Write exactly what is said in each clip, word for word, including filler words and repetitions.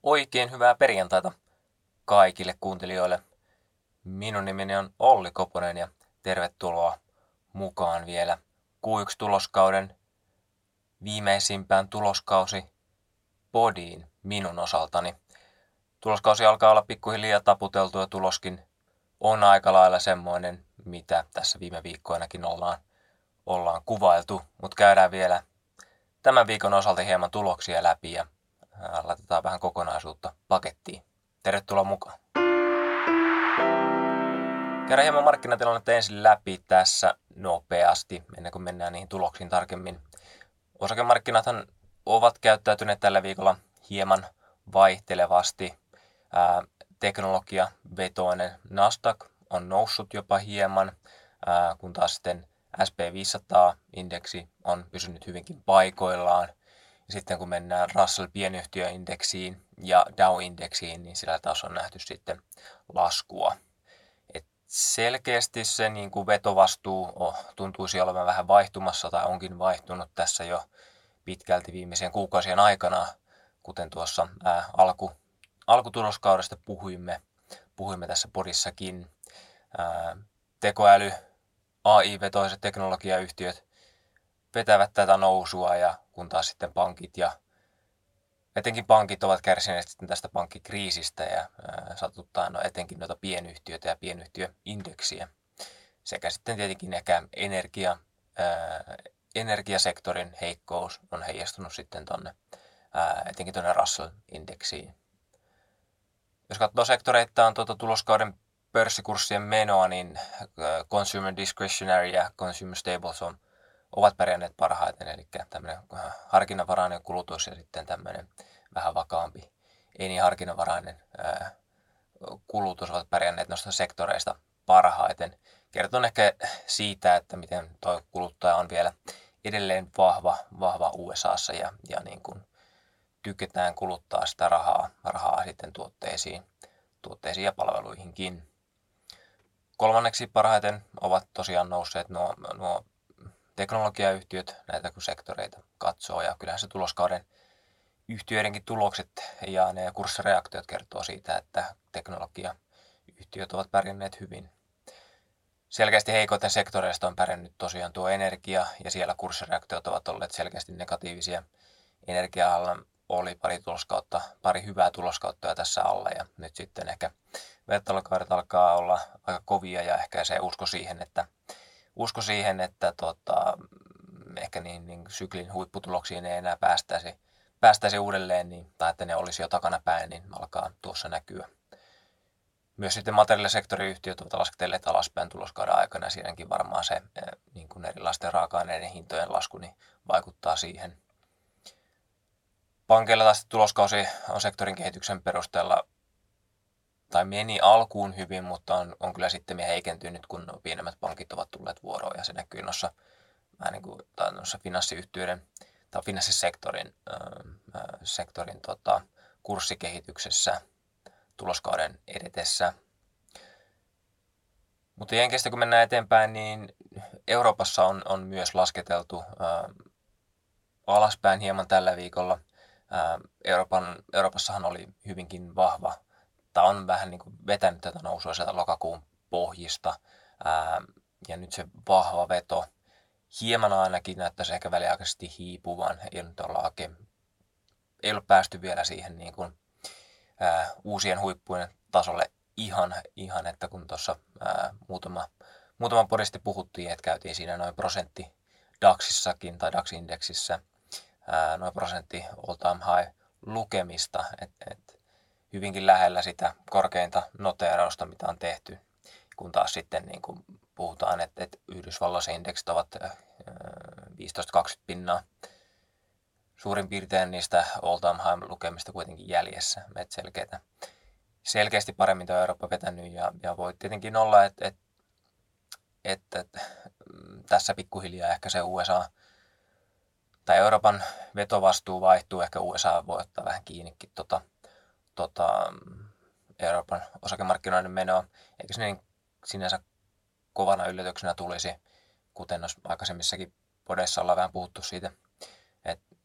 Oikein hyvää perjantaita kaikille kuuntelijoille. Minun nimeni on Olli Koponen ja tervetuloa mukaan vielä Q yksi-tuloskauden viimeisimpään tuloskausi podiin minun osaltani. Tuloskausi alkaa olla pikkuhiljaa taputeltu ja tuloskin on aika lailla semmoinen, mitä tässä viime viikkoinakin ollaan, ollaan kuvailtu. Mutta käydään vielä tämän viikon osalta hieman tuloksia läpi ja laitetaan vähän kokonaisuutta pakettiin. Tervetuloa mukaan. Käydään hieman markkinatilannetta ensin läpi tässä nopeasti, ennen kuin mennään niihin tuloksiin tarkemmin. Osakemarkkinathan ovat käyttäytyneet tällä viikolla hieman vaihtelevasti. Ää, teknologiavetoinen Nasdaq on noussut jopa hieman, ää, kun taas sitten S and P viisisataa-indeksi on pysynyt hyvinkin paikoillaan. Ja sitten kun mennään Russell-pienyhtiöindeksiin ja Dow-indeksiin, niin sillä taas on nähty sitten laskua. Et selkeästi se niin kuin vetovastuu oh, tuntuisi olevan vähän vaihtumassa tai onkin vaihtunut tässä jo pitkälti viimeisen kuukausien aikana, kuten tuossa ää, alku, alkutuloskaudesta puhuimme, puhuimme tässä podissakin. Ää, tekoäly, A I-vetoiset teknologiayhtiöt vetävät tätä nousua, ja kun taas sitten pankit ja etenkin pankit ovat kärsineet sitten tästä pankkikriisistä ja ää, satuttaa no etenkin noita pienyhtiöitä ja pienyhtiöindeksiä. Sekä sitten tietenkin ehkä energia, ää, energiasektorin heikkous on heijastunut sitten tonne, ää, etenkin tuonne Russell-indeksiin. Jos katsoo sektoreittain tuota tuloskauden pörssikurssien menoa, niin Consumer Discretionary ja Consumer Staples on ovat pärjänneet parhaiten, eli tämmöinen harkinnanvarainen kulutus ja sitten tämmöinen vähän vakaampi, ei niin harkinnanvarainen ää, kulutus ovat pärjänneet noista sektoreista parhaiten. Kerton ehkä siitä, että miten tuo kuluttaja on vielä edelleen vahva, vahva U S A:ssa ja, ja niin kuin tykätään kuluttaa sitä rahaa, rahaa sitten tuotteisiin, tuotteisiin ja palveluihinkin. Kolmanneksi parhaiten ovat tosiaan nousseet nuo, nuo teknologiayhtiöt, näitä kun sektoreita katsoo, ja kyllähän se tuloskauden yhtiöidenkin tulokset ja ne kurssireaktiot kertoo siitä, että teknologiayhtiöt ovat pärjänneet hyvin. Selkeästi heikoiten sektoreista on pärjännyt tosiaan tuo energia, ja siellä kurssireaktiot ovat olleet selkeästi negatiivisia. Energialla oli pari tuloskautta, pari hyvää tuloskautta jo tässä alla, ja nyt sitten ehkä vertailukaudet alkaa olla aika kovia, ja ehkä se usko siihen, että Usko siihen, että tota, ehkä niin, niin syklin huipputuloksiin ei enää päästäisi, päästäisi uudelleen, niin, tai että ne olisi jo takana päin, niin alkaa tuossa näkyä. Myös sitten materiaalisektoriyhtiöt ovat lasketelleet alaspäin tuloskauden aikana, ja siinäkin varmaan se niin kuin erilaisten raaka-aineiden hintojen lasku niin vaikuttaa siihen. Pankeilla taas tuloskausi on sektorin kehityksen perusteella tai meni alkuun hyvin, mutta on, on kyllä sitten heikentynyt, kun pienemmät pankit ovat tulleet vuoroon, ja se näkyy noissa, niin kuin, tai noissa finanssiyhtiöiden tai finanssisektorin ää, sektorin, tota, kurssikehityksessä tuloskauden edetessä. Mutta Jenkeistä kun mennään eteenpäin, niin Euroopassa on, on myös lasketeltu ää, alaspäin hieman tällä viikolla. Ää, Euroopan, Euroopassahan oli hyvinkin vahva Tämä on vähän niin kuin vetänyt tätä nousua sieltä lokakuun pohjista. Ää, ja nyt se vahva veto hieman ainakin näyttäisi ehkä väliaikaisesti hiipuvan. Ei nyt olla oikein, ei ole päästy vielä siihen niin kuin, ää, uusien huippujen tasolle ihan, ihan että kun tuossa ää, muutama, muutama poristi puhuttiin, että käytiin siinä noin prosentti DAXissakin tai DAX-indeksissä ää, noin prosentti all time high lukemista, että et, hyvinkin lähellä sitä korkeinta noteerausta, mitä on tehty, kun taas sitten niin kuin puhutaan, että, että Yhdysvalloissa indeksit ovat viisitoista kaksikymmentä pinnaa suurin piirtein niistä all time high lukemista kuitenkin jäljessä, että selkeätä, selkeästi paremmin tuo Eurooppa vetänyt, ja, ja voi tietenkin olla, että, että, että, että tässä pikkuhiljaa ehkä se U S A tai Euroopan vetovastuu vaihtuu, ehkä U S A voi ottaa vähän kiinnikin tota, Tota, Euroopan osakemarkkinoiden menoa, eikä se niin sinänsä kovana yllätyksenä tulisi, kuten aikaisemmissakin podeissa ollaan vähän puhuttu siitä, että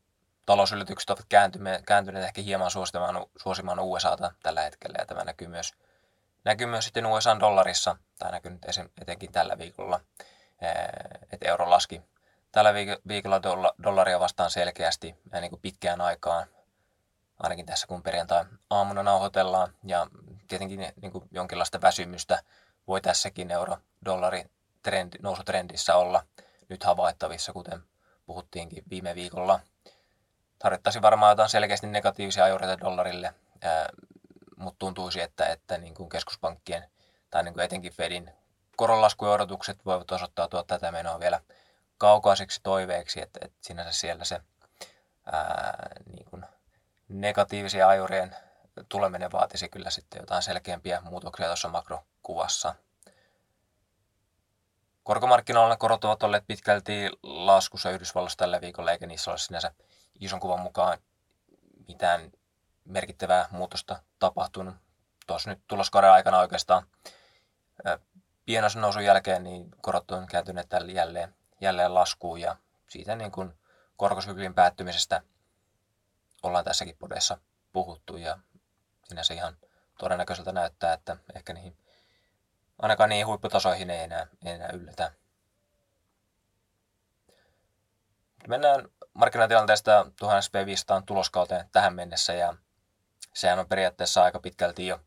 talousyllätykset ovat kääntyneet, kääntyneet ehkä hieman suosimaan, suosimaan U S A:ta tällä hetkellä, ja tämä näkyy myös, näkyy myös sitten U S A:n dollarissa, tai näkyy nyt etenkin tällä viikolla, että euro laski tällä viikolla dollaria vastaan selkeästi ja niin kuin pitkään aikaan, ainakin tässä kun perjantai-aamuna nauhoitellaan, ja tietenkin niin kuin jonkinlaista väsymystä voi tässäkin euro-dollari trendi, nousutrendissä olla nyt havaittavissa, kuten puhuttiinkin viime viikolla. Tarvittaisiin varmaan jotain selkeästi negatiivisia ajureita dollarille, ää, mutta tuntuisi, että, että niin kuin keskuspankkien tai niin kuin etenkin Fedin koronlaskujen odotukset voivat osoittautua tätä menoa vielä kaukaiseksi toiveeksi, että, että sinänsä siellä se ää, niin kuin negatiivisia ajurien tuleminen vaatisi kyllä sitten jotain selkeämpiä muutoksia tuossa makrokuvassa. Korkomarkkinoilla korot ovat olleet pitkälti laskussa Yhdysvalloissa tällä viikolla, eikä niissä ole sinänsä ison kuvan mukaan mitään merkittävää muutosta tapahtunut. Tuossa nyt tuloskauden aikana oikeastaan pienoisen nousun jälkeen niin korot on kääntyneet tällä jälleen, jälleen laskuun, ja siitä niin kuin korkosyklin päättymisestä ollaan tässäkin podessa puhuttu, ja sinänsä ihan todennäköiseltä näyttää, että ehkä niihin ainakaan niihin huipputasoihin ei enää, ei enää yllätä. Mennään markkinatilanteesta tuhat S and P viisisataa tuloskauteen tähän mennessä, ja sehän on periaatteessa aika pitkälti jo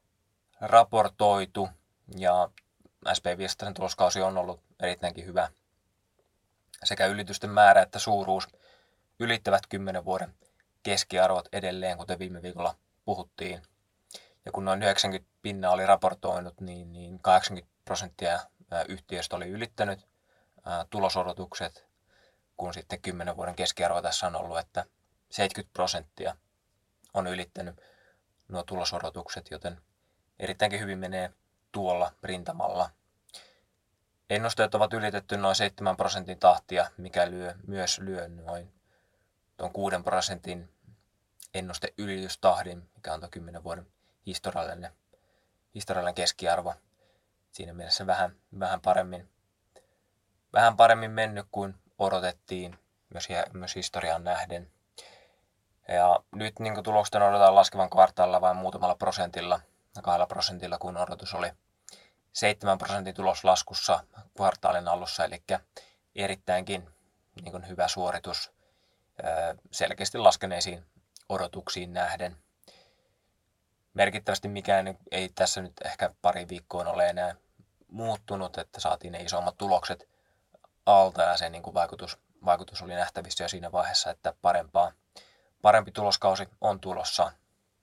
raportoitu, ja S and P viisisataa tuloskausi on ollut erittäinkin hyvä. Sekä ylitysten määrä että suuruus ylittävät kymmenen vuoden keskiarvot edelleen, kuten viime viikolla puhuttiin. Ja kun noin yhdeksänkymmentä pinnaa oli raportoinut, niin, niin kahdeksankymmentä prosenttia yhtiöistä oli ylittänyt ää, tulosodotukset, kun sitten kymmenen vuoden keskiarvo tässä on ollut, että seitsemänkymmentä prosenttia on ylittänyt nuo tulosodotukset, joten erittäinkin hyvin menee tuolla rintamalla. Ennusteet ovat ylitetty noin seitsemän prosentin tahtia, mikä lyö, myös lyö noin tuon kuuden prosentin ennusteylitystahdin, mikä on tuon kymmenen vuoden historiallinen, historiallinen keskiarvo. Siinä mielessä vähän, vähän, paremmin, vähän paremmin mennyt kuin odotettiin myös, myös historiaan nähden. Ja nyt niin tulokset odotetaan laskevan kvartaalilla vain muutamalla prosentilla, kahdella prosentilla, kun odotus oli seitsemän prosentin tuloslaskussa kvartaalin alussa, eli erittäinkin niin kuin hyvä suoritus selkeästi laskeneisiin odotuksiin nähden. Merkittävästi mikään ei tässä nyt ehkä pari viikkoon ole enää muuttunut, että saatiin ne isommat tulokset alta, ja se niin kuin vaikutus, vaikutus oli nähtävissä jo siinä vaiheessa, että parempaa, parempi tuloskausi on tulossa.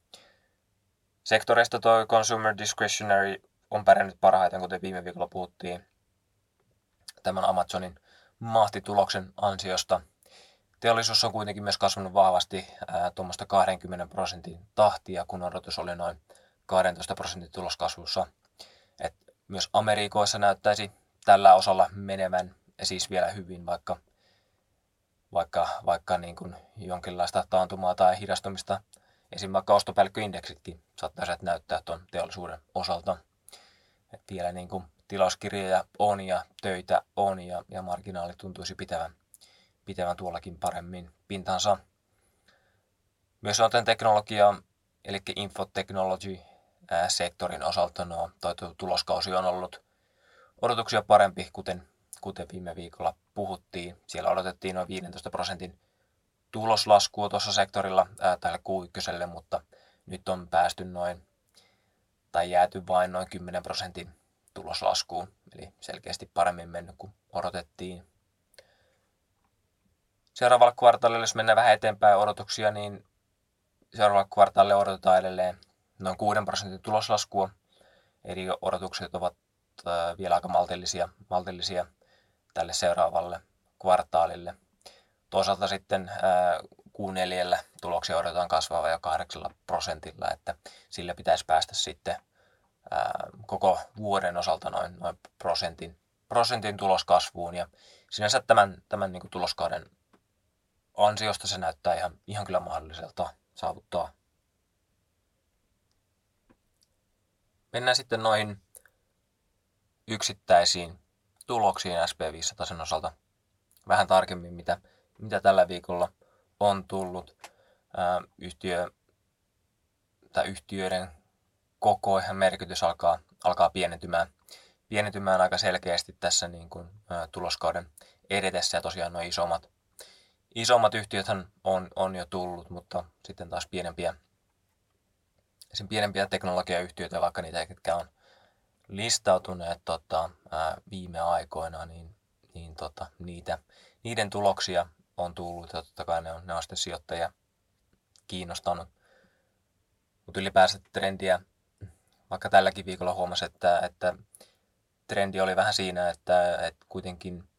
Sektoreista tuo Consumer Discretionary on pärjännyt parhaiten, kuten viime viikolla puhuttiin tämän Amazonin mahtituloksen ansiosta. Teollisuus on kuitenkin myös kasvanut vahvasti tuommoista kaksikymmentä prosentin tahtia, kun odotus oli noin kaksitoista prosentin tuloskasvussa. Et myös Amerikoissa näyttäisi tällä osalla menevän siis vielä hyvin, vaikka, vaikka, vaikka niin kuin jonkinlaista taantumaa tai hidastumista, esimerkiksi vaikka ostopäällikköindeksitkin saattaisivat näyttää tuon teollisuuden osalta. Et vielä niin kuin tilauskirjoja on ja töitä on, ja, ja marginaali tuntuisi pitävän, pitävän tuollakin paremmin pintansa. Myös noiden teknologia, eli infotechnology-sektorin osalta no, toi tuloskausi on ollut odotuksia parempi, kuten, kuten viime viikolla puhuttiin. Siellä odotettiin noin viisitoista prosentin tuloslaskua tuossa sektorilla ää, tälle Q yksi, mutta nyt on päästy noin, tai jääty vain noin kymmenen prosentin tuloslaskuun, eli selkeästi paremmin mennyt kuin odotettiin. Seuraavalla kvartaalilla, jos mennään vähän eteenpäin odotuksia, niin seuraavalla kvartaalilla odotetaan edelleen noin kuuden prosentin tuloslaskua, eli odotukset ovat vielä aika maltillisia, maltillisia tälle seuraavalle kvartaalille. Toisaalta sitten Q neljä tuloksia odotetaan kasvava jo kahdeksalla prosentilla, että sillä pitäisi päästä sitten koko vuoden osalta noin, noin prosentin, prosentin tuloskasvuun, ja sinänsä tämän, tämän niin kuin tuloskauden ansiosta se näyttää ihan, ihan kyllä mahdolliselta saavuttaa. Mennään sitten noihin yksittäisiin tuloksiin S and P viisisataa osalta vähän tarkemmin, mitä, mitä tällä viikolla on tullut. Ää, yhtiö, tai yhtiöiden koko ja merkitys alkaa, alkaa pienentymään, pienentymään aika selkeästi tässä niin kuin, ää, tuloskauden edetessä. Ja tosiaan nuo isommat, isommat yhtiöthän on, on jo tullut, mutta sitten taas pienempiä, sen pienempiä teknologiayhtiöitä, vaikka niitä, ketkä on listautuneet tota, ää, viime aikoina, niin, niin tota, niitä, niiden tuloksia on tullut, ja totta kai ne on, ne on sitten sijoittajia kiinnostanut. Mutta ylipäänsä trendiä, vaikka tälläkin viikolla huomasi, että, että trendi oli vähän siinä, että, että kuitenkin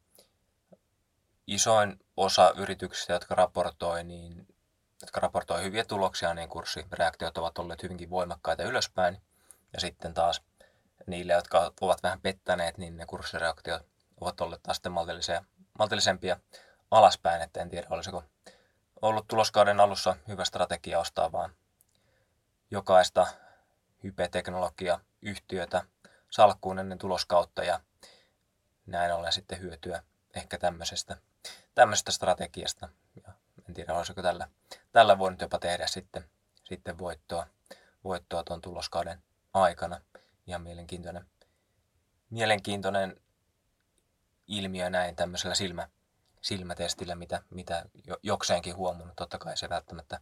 isoin osa yrityksistä, jotka raportoi, niin, jotka raportoi hyviä tuloksia, niin kurssireaktiot ovat olleet hyvinkin voimakkaita ylöspäin. Ja sitten taas niille, jotka ovat vähän pettäneet, niin ne kurssireaktiot ovat olleet taas sitten maltillisempia alaspäin. Että en tiedä, olisiko ollut tuloskauden alussa hyvä strategia ostaa vaan jokaista hype-teknologia-yhtiötä salkkuun ennen tuloskautta ja näin ollen sitten hyötyä ehkä tämmöisestä, tämmöisestä strategiasta. Ja en tiedä, olisiko tällä, tällä voinut jopa tehdä sitten, sitten voittoa, voittoa tuon tuloskauden aikana. Ihan mielenkiintoinen, mielenkiintoinen ilmiö näin tämmöisellä silmä, silmätestillä, mitä, mitä jokseenkin huomannut. Totta kai se välttämättä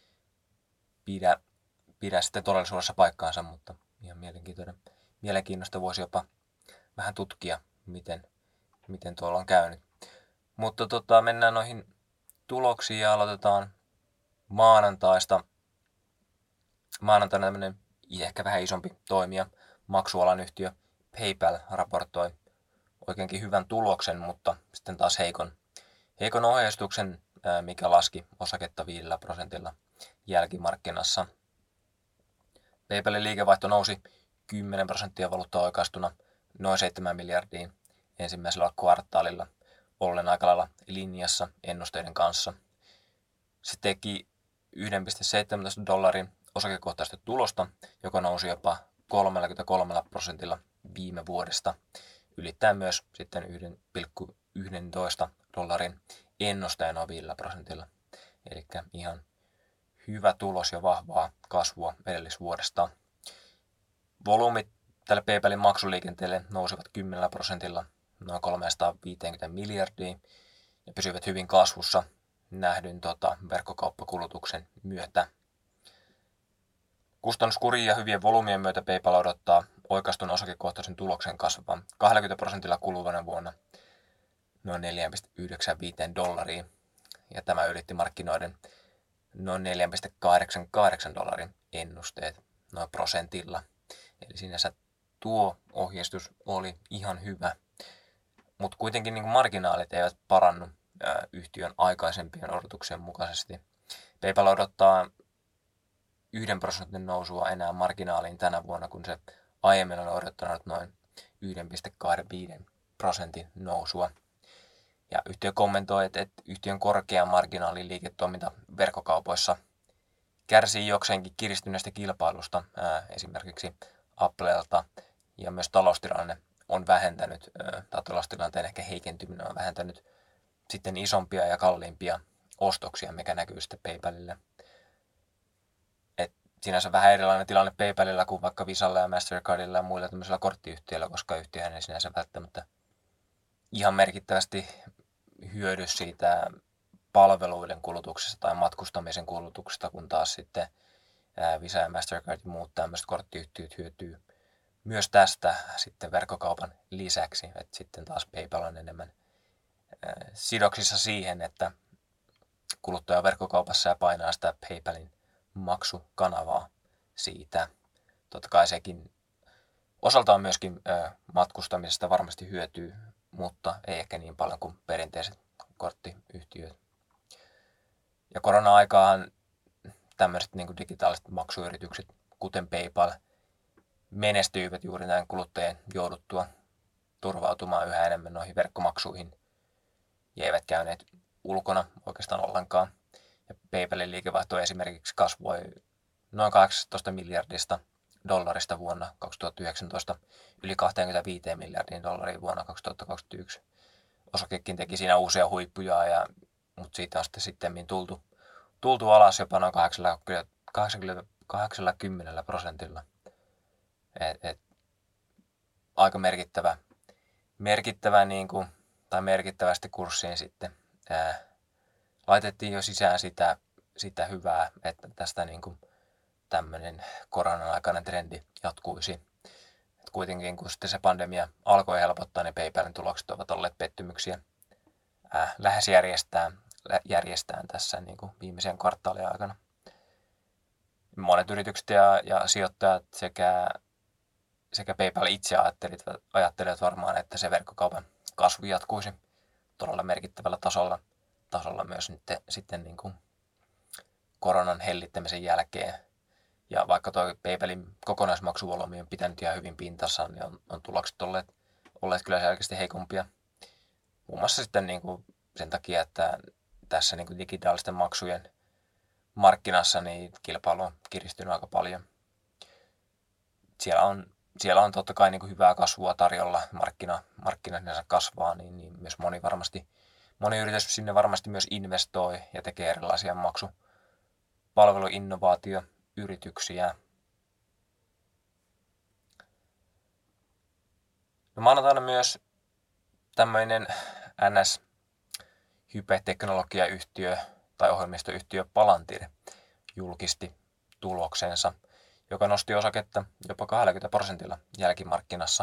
pidä, pidä sitten todellisuudessa paikkaansa, mutta ihan mielenkiintoinen. Mielenkiinnosta voisi jopa vähän tutkia, miten, miten tuolla on käynyt. Mutta tota, mennään noihin tuloksiin ja aloitetaan maanantaista. Maanantaina tämmöinen ehkä vähän isompi toimija, maksualan yhtiö PayPal raportoi oikeinkin hyvän tuloksen, mutta sitten taas heikon, heikon ohjeistuksen, mikä laski osaketta viidellä prosentilla jälkimarkkinassa. PayPalin liikevaihto nousi kymmenen prosenttia valuutta oikaistuna noin seitsemän miljardiin ensimmäisellä kvartaalilla, ollen aika lailla linjassa ennusteiden kanssa. Se teki yksi pilkku seitsemäntoista dollarin osakekohtaista tulosta, joka nousi jopa kolmekymmentäkolme prosentilla viime vuodesta, ylittäen myös sitten yksi pilkku yksitoista dollarin ennusteen noin viidellä prosentilla. Eli ihan hyvä tulos ja vahvaa kasvua edellisvuodesta. Volyymit tälle PayPalin maksuliikenteelle nousivat kymmenellä prosentilla noin kolmesataaviisikymmentä miljardia ja pysyivät hyvin kasvussa nähdyn tota, verkkokauppakulutuksen myötä. Kustannuskurin ja hyvien volyymien myötä PayPal odottaa oikaistun osakekohtaisen tuloksen kasvavan kaksikymmentä prosentilla kuluvana vuonna noin neljä pilkku yhdeksänkymmentäviisi dollaria. Ja tämä ylitti markkinoiden noin neljä pilkku kahdeksankymmentäkahdeksan dollarin ennusteet noin prosentilla. Eli sinänsä tuo ohjeistus oli ihan hyvä, mutta kuitenkin niin kuin marginaalit eivät parannu ää, yhtiön aikaisempien odotuksien mukaisesti. PayPal odottaa yhden prosentin nousua enää marginaaliin tänä vuonna, kun se aiemmin on odottanut noin yksi pilkku kaksikymmentäviisi prosentin nousua. Ja yhtiö kommentoi, että, että yhtiön korkea marginaalin liiketoiminta verkkokaupoissa kärsii jokseenkin kiristyneestä kilpailusta, ää, esimerkiksi Applelta, ja myös taloustilanne on vähentänyt, ää, tai taloustilanteen ehkä heikentyminen on vähentänyt sitten isompia ja kalliimpia ostoksia, mikä näkyy sitten PayPalille. Et sinänsä vähän erilainen tilanne PayPalilla kuin vaikka Visalla ja Mastercardilla ja muilla tämmöisillä korttiyhtiöillä, koska yhtiöhän ei sinänsä välttämättä ihan merkittävästi hyödy siitä palveluiden kulutuksesta tai matkustamisen kulutuksesta, kun taas sitten Visa ja Mastercard ja muut tämmöiset korttiyhtiöt hyötyy myös tästä sitten verkkokaupan lisäksi, että sitten taas PayPal on enemmän sidoksissa siihen, että kuluttaja verkkokaupassa ja painaa sitä PayPalin maksukanavaa siitä. Totta kai sekin osaltaan myöskin matkustamisesta varmasti hyötyy, mutta ei ehkä niin paljon kuin perinteiset korttiyhtiöt. Ja korona-aikaan tämmöiset niin kuin digitaaliset maksuyritykset, kuten PayPal, menestyivät juuri näin kuluttajien jouduttua turvautumaan yhä enemmän noihin verkkomaksuihin ja eivät käyneet ulkona oikeastaan ollenkaan. Ja PayPalin liikevaihto esimerkiksi kasvoi noin kahdeksantoista miljardista dollarista vuonna kaksituhattayhdeksäntoista yli kaksikymmentäviisi miljardia dollaria vuonna kaksituhattakaksikymmentäyksi. Osakekin teki siinä uusia huippuja ja mutta siitä on sitten sittemmin tultu, tultu alas jopa noin kahdeksankymmentä prosentilla. Et, et, aika merkittävä, merkittävä niin kuin, tai merkittävästi kurssiin sitten ää, laitettiin jo sisään sitä, sitä hyvää, että tästä niin kuin tämmöinen koronan aikainen trendi jatkuisi. Et kuitenkin kun sitten se pandemia alkoi helpottaa, niin PayPalin tulokset ovat olleet pettymyksiä ää, lähes järjestään, järjestään tässä niin kuin viimeisen kvartaalin aikana. Monet yritykset ja, ja sijoittajat sekä, sekä PayPal itse ajattelivat, ajattelivat varmaan, että se verkkokaupan kasvu jatkuisi todella merkittävällä tasolla, tasolla myös nyt sitten niin kuin koronan hellittämisen jälkeen. Ja vaikka tuo PayPalin kokonaismaksuvolyymi on pitänyt ihan hyvin pintansa, niin on, on tulokset olleet, olleet kyllä selkeästi heikompia. Muun muassa sitten niin kuin sen takia, että tässä niin kuin digitaalisten maksujen markkinassa niin kilpailu on kiristynyt aika paljon. Siellä on, siellä on totta kai niin kuin hyvää kasvua tarjolla, markkina, markkina kasvaa, niin, niin myös moni, varmasti, moni yritys sinne varmasti myös investoi ja tekee erilaisia maksupalveluinnovaatioyrityksiä. No maanantaina myös tämmöinen N S-hypeteknologiayhtiö tai ohjelmistoyhtiö Palantir julkisti tuloksensa, joka nosti osaketta jopa kaksikymmentä prosentilla jälkimarkkinassa.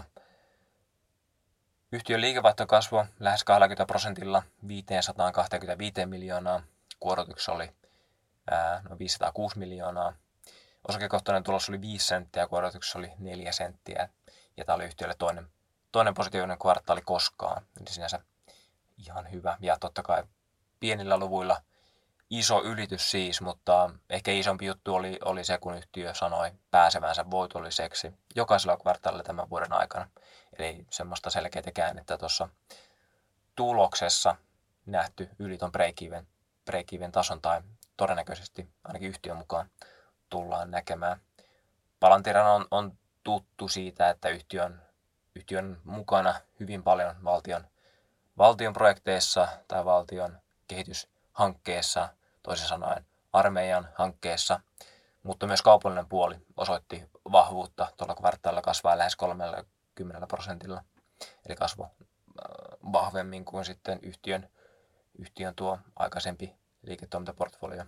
Yhtiön liikevaihto kasvoi lähes kaksikymmentä prosentilla viisisataakaksikymmentäviisi miljoonaa. Kuorotuksessa oli ää, noin viisisataakuusi miljoonaa. Osakekohtainen tulos oli viisi senttiä ja kuorotuksessa oli neljä senttiä. Ja tämä oli yhtiölle toinen, toinen positiivinen kvartaali koskaan. Eli sinänsä ihan hyvä. Ja totta kai pienillä luvuilla iso ylitys siis, mutta ehkä isompi juttu oli, oli se, kun yhtiö sanoi pääsevänsä voitolliseksi jokaisella kvartaalilla tämän vuoden aikana. Eli semmoista selkeää käännettä tuossa tuloksessa nähty yli ton break-even, break-even tason tai todennäköisesti ainakin yhtiön mukaan tullaan näkemään. Palantiran on, on tuttu siitä, että yhtiön, yhtiön mukana hyvin paljon valtion, valtion projekteissa tai valtion kehityshankkeessa, toisin sanoen armeijan hankkeessa, mutta myös kaupallinen puoli osoitti vahvuutta. Tuolla kvartaalilla kasvaa lähes kolmekymmentä prosentilla, eli kasvoi vahvemmin kuin sitten yhtiön, yhtiön tuo aikaisempi liiketoimintaportfolio.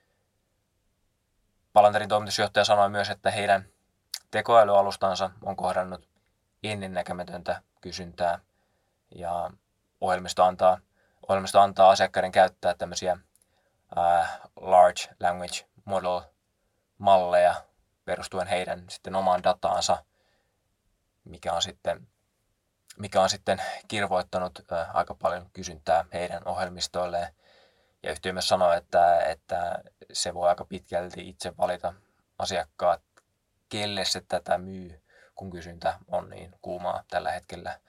Palantirin toimitusjohtaja sanoi myös, että heidän tekoälyalustansa on kohdannut ennennäkemätöntä kysyntää ja ohjelmisto antaa, ohjelmisto antaa asiakkaiden käyttää tämmöisiä uh, large language model malleja perustuen heidän sitten omaan dataansa, mikä on sitten, mikä on sitten kirvoittanut uh, aika paljon kysyntää heidän ohjelmistoilleen. Ja yhtiö myös sanoi, että, että se voi aika pitkälti itse valita asiakkaat, kelle se tätä myy, kun kysyntä on niin kuumaa tällä hetkellä.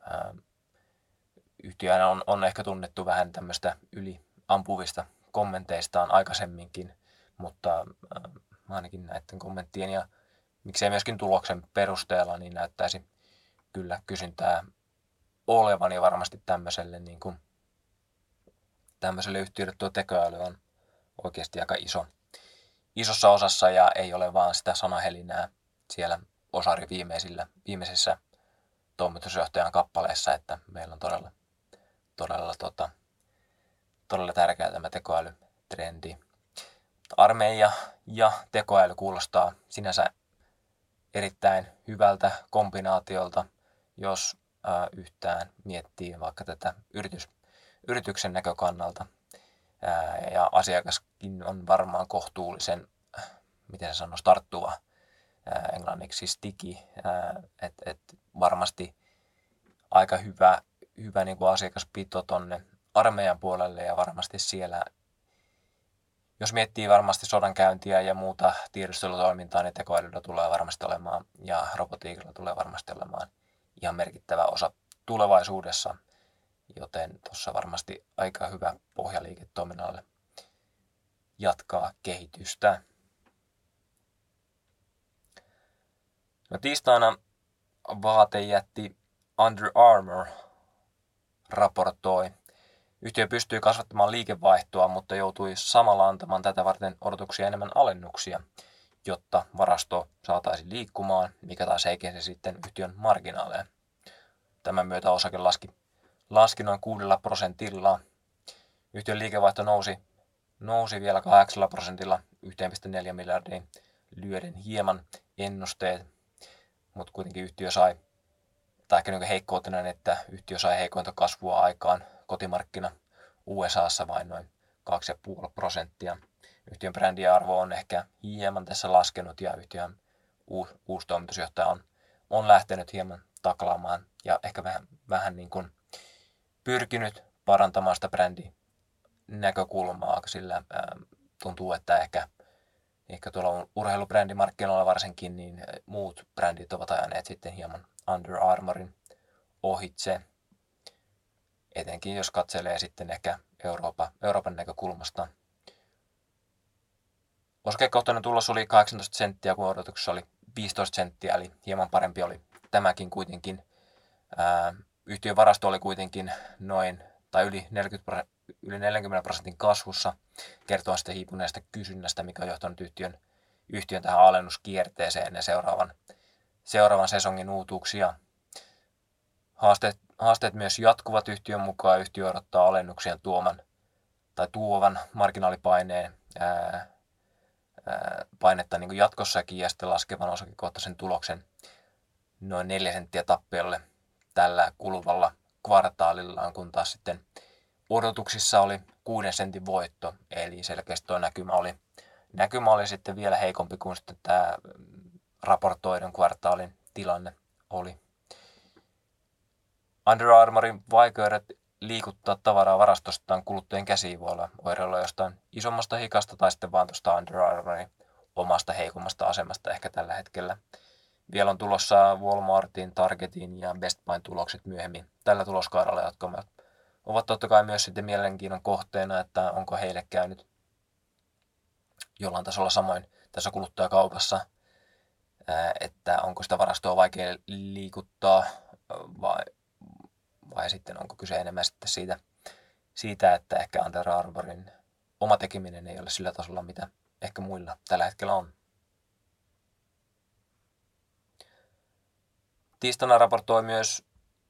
Yhtiö on, on ehkä tunnettu vähän tämmöistä yliampuvista kommenteistaan aikaisemminkin, mutta ainakin näiden kommenttien ja miksei myöskin tuloksen perusteella niin näyttäisi kyllä kysyntää olevan ja varmasti tämmöiselle niin kuin tämmöiselle yhtiölle tuo tekoäly on oikeasti aika iso, isossa osassa ja ei ole vaan sitä sanahelinää siellä osari viimeisillä, viimeisissä toimitusjohtajan kappaleissa, että meillä on todella, todella, tota, todella tärkeä tämä tekoälytrendi. Armeija ja tekoäly kuulostaa sinänsä erittäin hyvältä kombinaatiolta, jos ää, yhtään miettii vaikka tätä yritys, yrityksen näkökannalta. Ää, ja asiakaskin on varmaan kohtuullisen, miten se sanoisi, tarttuva, ää, englanniksi sticky, että et varmasti aika hyvä, hyvä niin kuin asiakaspito tonne armeijan puolelle ja varmasti siellä, jos miettii varmasti sodankäyntiä ja muuta tiedustelutoimintaa, niin tekoälyllä tulee varmasti olemaan ja robotiikalla tulee varmasti olemaan ihan merkittävä osa tulevaisuudessa, joten tuossa varmasti aika hyvä pohja liiketoiminnalle jatkaa kehitystä. No, tiistaina vaatejätti Under Armour raportoi Yhtiö pystyy kasvattamaan liikevaihtoa, mutta joutui samalla antamaan tätä varten odotuksia enemmän alennuksia, jotta varasto saataisiin liikkumaan, mikä taas heikensi sitten yhtiön marginaaleja. Tämän myötä osake laski, laski noin kuudella prosentilla. Yhtiön liikevaihto nousi, nousi vielä kahdeksalla prosentilla yksi pilkku neljä miljardiin lyöden hieman ennusteet, mutta kuitenkin yhtiö sai, tai ehkä niin heikkoutena, että yhtiö sai heikointa kasvua aikaan kotimarkkina U S A:ssa vain noin kaksi pilkku viisi prosenttia. Yhtiön brändiarvo on ehkä hieman tässä laskenut ja yhtiön uusi, uusi toimitusjohtaja on, on lähtenyt hieman taklaamaan ja ehkä vähän, vähän niin kuin pyrkinyt parantamaan sitä brändinäkökulmaa, sillä ää, tuntuu, että ehkä, ehkä tuolla urheilubrändimarkkinoilla varsinkin niin muut brändit ovat ajaneet sitten hieman Under Armourin ohitse, etenkin jos katselee sitten ehkä Eurooppa, Euroopan näkökulmasta. Osakekohtainen tulos oli kahdeksantoista senttiä, kun odotuksessa oli viisitoista senttiä, eli hieman parempi oli tämäkin kuitenkin. Ää, yhtiön varasto oli kuitenkin noin, tai yli neljäkymmentä, yli neljänkymmenen prosentin kasvussa, kertoo sitten hiipuneesta kysynnästä, mikä on johtanut yhtiön, yhtiön tähän alennuskierteeseen ja seuraavan, seuraavan sesongin uutuuksia. Haasteet, haasteet myös jatkuvat yhtiön mukaan. Yhtiö odottaa alennuksien tuoman tai tuovan marginaalipaineen ää, ää, painetta niin kuin jatkossakin ja sitten laskevan osakekohtaisen tuloksen noin neljä senttiä tappiolle tällä kuluvalla kvartaalillaan, kun taas sitten odotuksissa oli kuuden sentin voitto, eli selkeästi tuo näkymä oli, näkymä oli sitten vielä heikompi kuin sitten tämä raportoidun kvartaalin tilanne oli. Under Armourin vaikeudet liikuttaa tavaraa varastostaan kuluttajien käsiin voi olla oireilla jostain isommasta hikasta tai sitten vaan tuosta Under Armourin omasta heikommasta asemasta ehkä tällä hetkellä. Vielä on tulossa Walmartin, Targetin ja Best Buyn tulokset myöhemmin tällä tuloskaaralla, jotka ovat totta kai myös sitten mielenkiinnon kohteena, että onko heille käynyt jollain tasolla samoin tässä kuluttajakaupassa, että onko sitä varastoa vaikea liikuttaa vai, vai sitten onko kyse enemmän sitten siitä, siitä, että ehkä Under Armourin oma tekeminen ei ole sillä tasolla, mitä ehkä muilla tällä hetkellä on. Tiistaina raportoi myös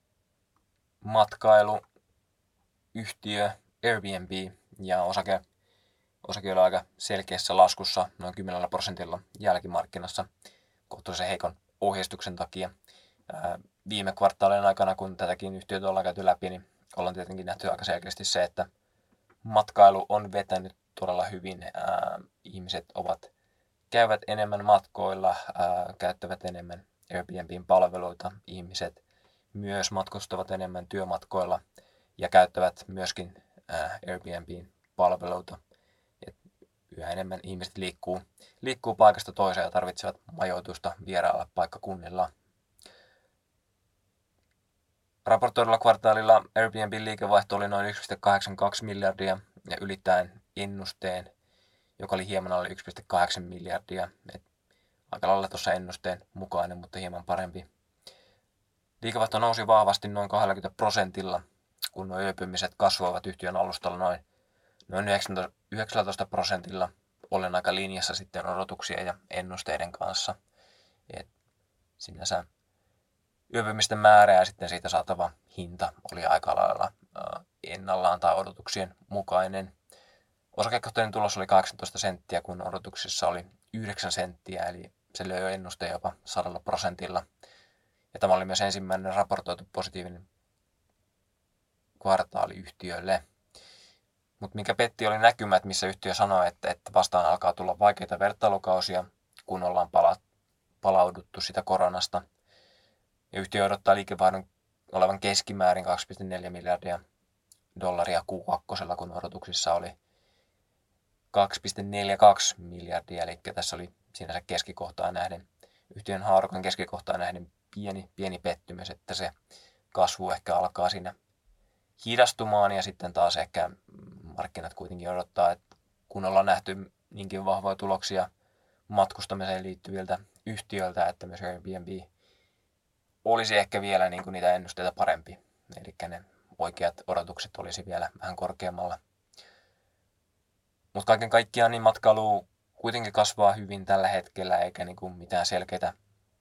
matkailuyhtiö Airbnb ja osake, osake oli aika selkeässä laskussa noin kymmenellä prosentilla jälkimarkkinassa kohtuullisen heikon ohjeistuksen takia. Ää, viime kvartaalien aikana, kun tätäkin yhtiötä ollaan käyty läpi, niin ollaan tietenkin nähty aika selkeästi se, että matkailu on vetänyt todella hyvin. Ää, ihmiset ovat, käyvät enemmän matkoilla, ää, käyttävät enemmän Airbnbin palveluita. Ihmiset myös matkustavat enemmän työmatkoilla ja käyttävät myöskin ää, Airbnbin palveluita. Et yhä enemmän ihmiset liikkuu, liikkuu paikasta toiseen ja tarvitsevat majoitusta vierailla paikkakunnilla. Raportoidulla kvartaalilla Airbnbin liikevaihto oli noin yksi pilkku kahdeksankymmentäkaksi miljardia ja ylittäen ennusteen, joka oli hieman alle yksi pilkku kahdeksan miljardia. Et aika lailla tuossa ennusteen mukainen, mutta hieman parempi. Liikevaihto nousi vahvasti noin kaksikymmentä prosentilla, kun nuo yöpymiset kasvoivat yhtiön alustalla noin, noin yhdeksäntoista prosentilla, ollen aika linjassa sitten odotuksia ja ennusteiden kanssa. Et sinänsä yöpymisten määrä ja sitten siitä saatava hinta oli aika lailla ennallaan tai odotuksien mukainen. Osakekohtainen tulos oli kahdeksantoista senttiä, kun odotuksissa oli yhdeksän senttiä, eli se löi jo ennusteen jopa sadalla prosentilla. Ja tämä oli myös ensimmäinen raportoitu positiivinen kvartaali yhtiölle. Mutta mikä petti oli näkymät, missä yhtiö sanoi, että, että vastaan alkaa tulla vaikeita vertailukausia, kun ollaan pala- palauduttu sitä koronasta. Ja yhtiö odottaa liikevaihdon olevan keskimäärin kaksi pilkku neljä miljardia dollaria Q kaksi, kun odotuksissa oli kaksi pilkku neljäkymmentäkaksi miljardia, eli tässä oli sinänsä keskikohtaan nähden, yhtiön haarukan keskikohtaan nähden pieni, pieni pettymys, että se kasvu ehkä alkaa siinä hidastumaan ja sitten taas ehkä markkinat kuitenkin odottaa, että kun ollaan nähty niinkin vahvoja tuloksia matkustamiseen liittyviltä yhtiöiltä, että myös Airbnb olisi ehkä vielä niin kuin niitä ennusteita parempi. Eli ne oikeat odotukset olisi vielä vähän korkeammalla. Mutta kaiken kaikkiaan niin matkailu kuitenkin kasvaa hyvin tällä hetkellä, eikä niinku mitään selkeitä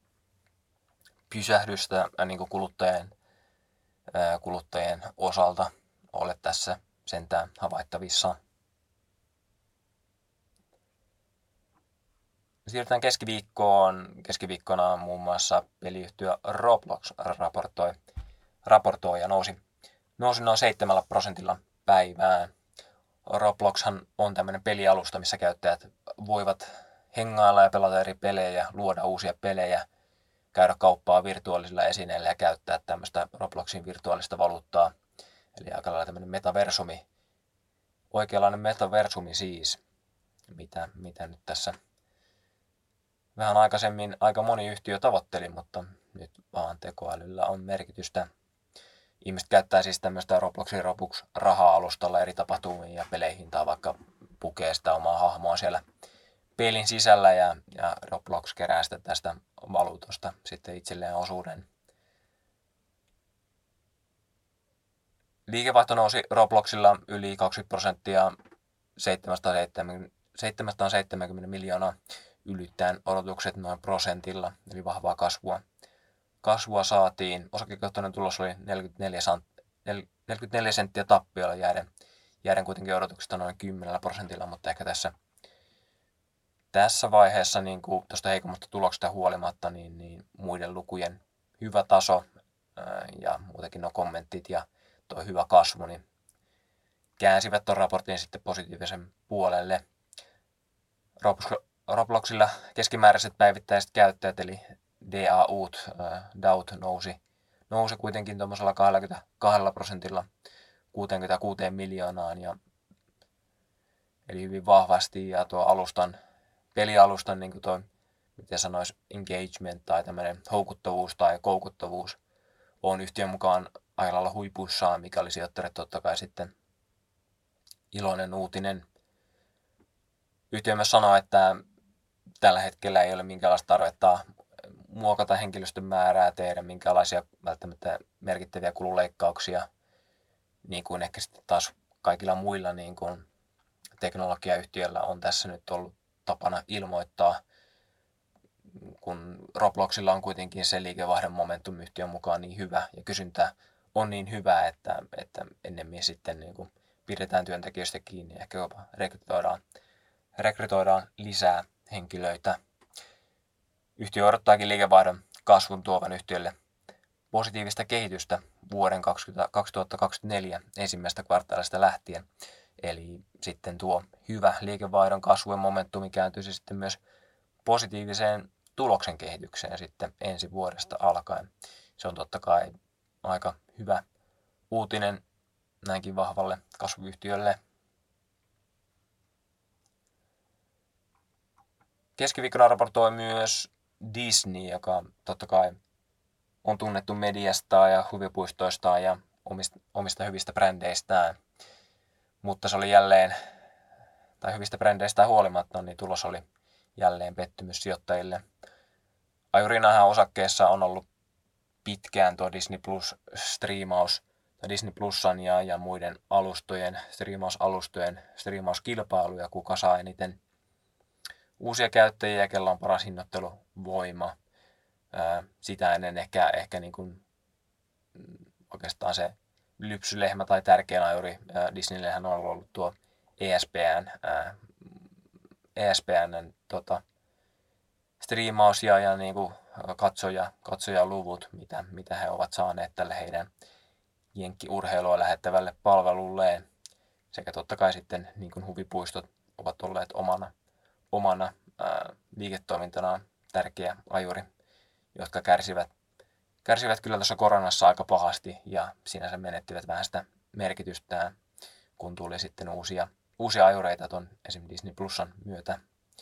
pysähdystä niinku kuluttajien, ää, kuluttajien osalta ole tässä sentään havaittavissa. Siirrytään keskiviikkoon. Keskiviikkona muun muassa peliyhtiö Roblox raportoi, raportoi ja nousi, nousi noin seitsemällä prosentilla päivään. Robloxhan on tämmöinen pelialusta, missä käyttäjät voivat hengailla ja pelata eri pelejä, luoda uusia pelejä, käydä kauppaa virtuaalisilla esineillä ja käyttää tämmöistä Robloxin virtuaalista valuuttaa. Eli aika lailla tämmöinen metaversumi, oikeanlainen metaversumi siis, mitä, mitä nyt tässä vähän aikaisemmin aika moni yhtiö tavoitteli, mutta nyt vaan tekoälyllä on merkitystä. Ihmiset käyttää siis tämmöistä Robloxin Robux raha-alustalla eri tapahtumiin ja peleihin tai vaikka pukee sitä omaa hahmoa siellä pelin sisällä ja, ja Roblox kerää sitä tästä valuutosta sitten itselleen osuuden. Liikevaihto nousi Robloxilla yli kaksikymmentä prosenttia seitsemänsataaseitsemänkymmentä miljoonaa ylittäen odotukset noin prosentilla, eli vahvaa kasvua. Kasvua saatiin, osakekohtainen tulos oli neljäkymmentäneljä senttiä tappiolla jääden, jääden kuitenkin odotuksesta noin kymmenellä prosentilla, mutta ehkä tässä, tässä vaiheessa niin kuin tuosta heikommasta tuloksesta huolimatta, niin, niin muiden lukujen hyvä taso ää, ja muutenkin nuo kommentit ja tuo hyvä kasvu, niin käänsivät tuon raportin sitten positiivisen puolelle. Robloxilla keskimääräiset päivittäiset käyttäjät, eli D A U:t, D A U:t nousi, nousi kuitenkin tuommoisella kaksikymmentäkaksi prosentilla kuusikymmentäkuusi miljoonaan, ja, eli hyvin vahvasti, ja tuo alustan, pelialustan, niin kuin tuo, miten sanoisi, engagement tai tämmöinen houkuttavuus tai koukuttavuus on yhtiön mukaan aika lailla huipuissaan, mikä oli sijoittajille totta kai sitten iloinen uutinen. Yhtiö myös sanoi, että tällä hetkellä ei ole minkäänlaista tarvetta muokata henkilöstön määrää, tehdä minkäänlaisia välttämättä merkittäviä kululeikkauksia, niin kuin ehkä sitten taas kaikilla muilla niin kuin teknologiayhtiöillä on tässä nyt ollut tapana ilmoittaa, kun Robloxilla on kuitenkin se liikevaihdon momentum yhtiön mukaan niin hyvä ja kysyntä on niin hyvä, että, että ennemmin sitten niin kuin pidetään työntekijöistä kiinni ja ehkä jopa rekrytoidaan, rekrytoidaan lisää henkilöitä. Yhtiö odottaakin liikevaihdon kasvun tuovan yhtiölle positiivista kehitystä vuoden kaksituhattakaksikymmentäneljä ensimmäistä kvartaalista lähtien. Eli sitten tuo hyvä liikevaihdon kasvu ja momentumi kääntyisi sitten myös positiiviseen tuloksen kehitykseen sitten ensi vuodesta alkaen. Se on totta kai aika hyvä uutinen näinkin vahvalle kasvuyhtiölle. Keskiviikkona raportoi myös Disney, joka totta kai on tunnettu mediastaan ja huvipuistoistaan ja omista, omista hyvistä brändeistään. Mutta se oli jälleen, tai hyvistä brändeistään huolimatta, niin tulos oli jälleen pettymys sijoittajille. Ajurinahan osakkeessa on ollut pitkään tuo Disney Plus-striimaus, tai Disney Plusan ja, ja muiden alustojen, striimausalustojen striimauskilpailu, ja kuka saa eniten uusia käyttäjiä ja kellä on paras hinnoitteluvoima. Ää, sitä ennen ehkä, ehkä niin kuin, oikeastaan se lypsylehmä tai tärkein ajuri Disneyllähän on ollut tuo E S P N, ää, E S P N:n tota, striimaus ja, ja niin kuin katsoja, katsojaluvut, mitä, mitä he ovat saaneet tälle heidän jenkkiurheilua lähettävälle palvelulleen. Sekä totta kai sitten niin kuin huvipuistot ovat olleet omana, omana ää, liiketoimintanaan tärkeä ajuri, jotka kärsivät, kärsivät kyllä tuossa koronassa aika pahasti ja sinänsä menettivät vähän sitä merkitystään, kun tuli sitten uusia, uusia ajureita tuon esimerkiksi Disney Plusan myötä.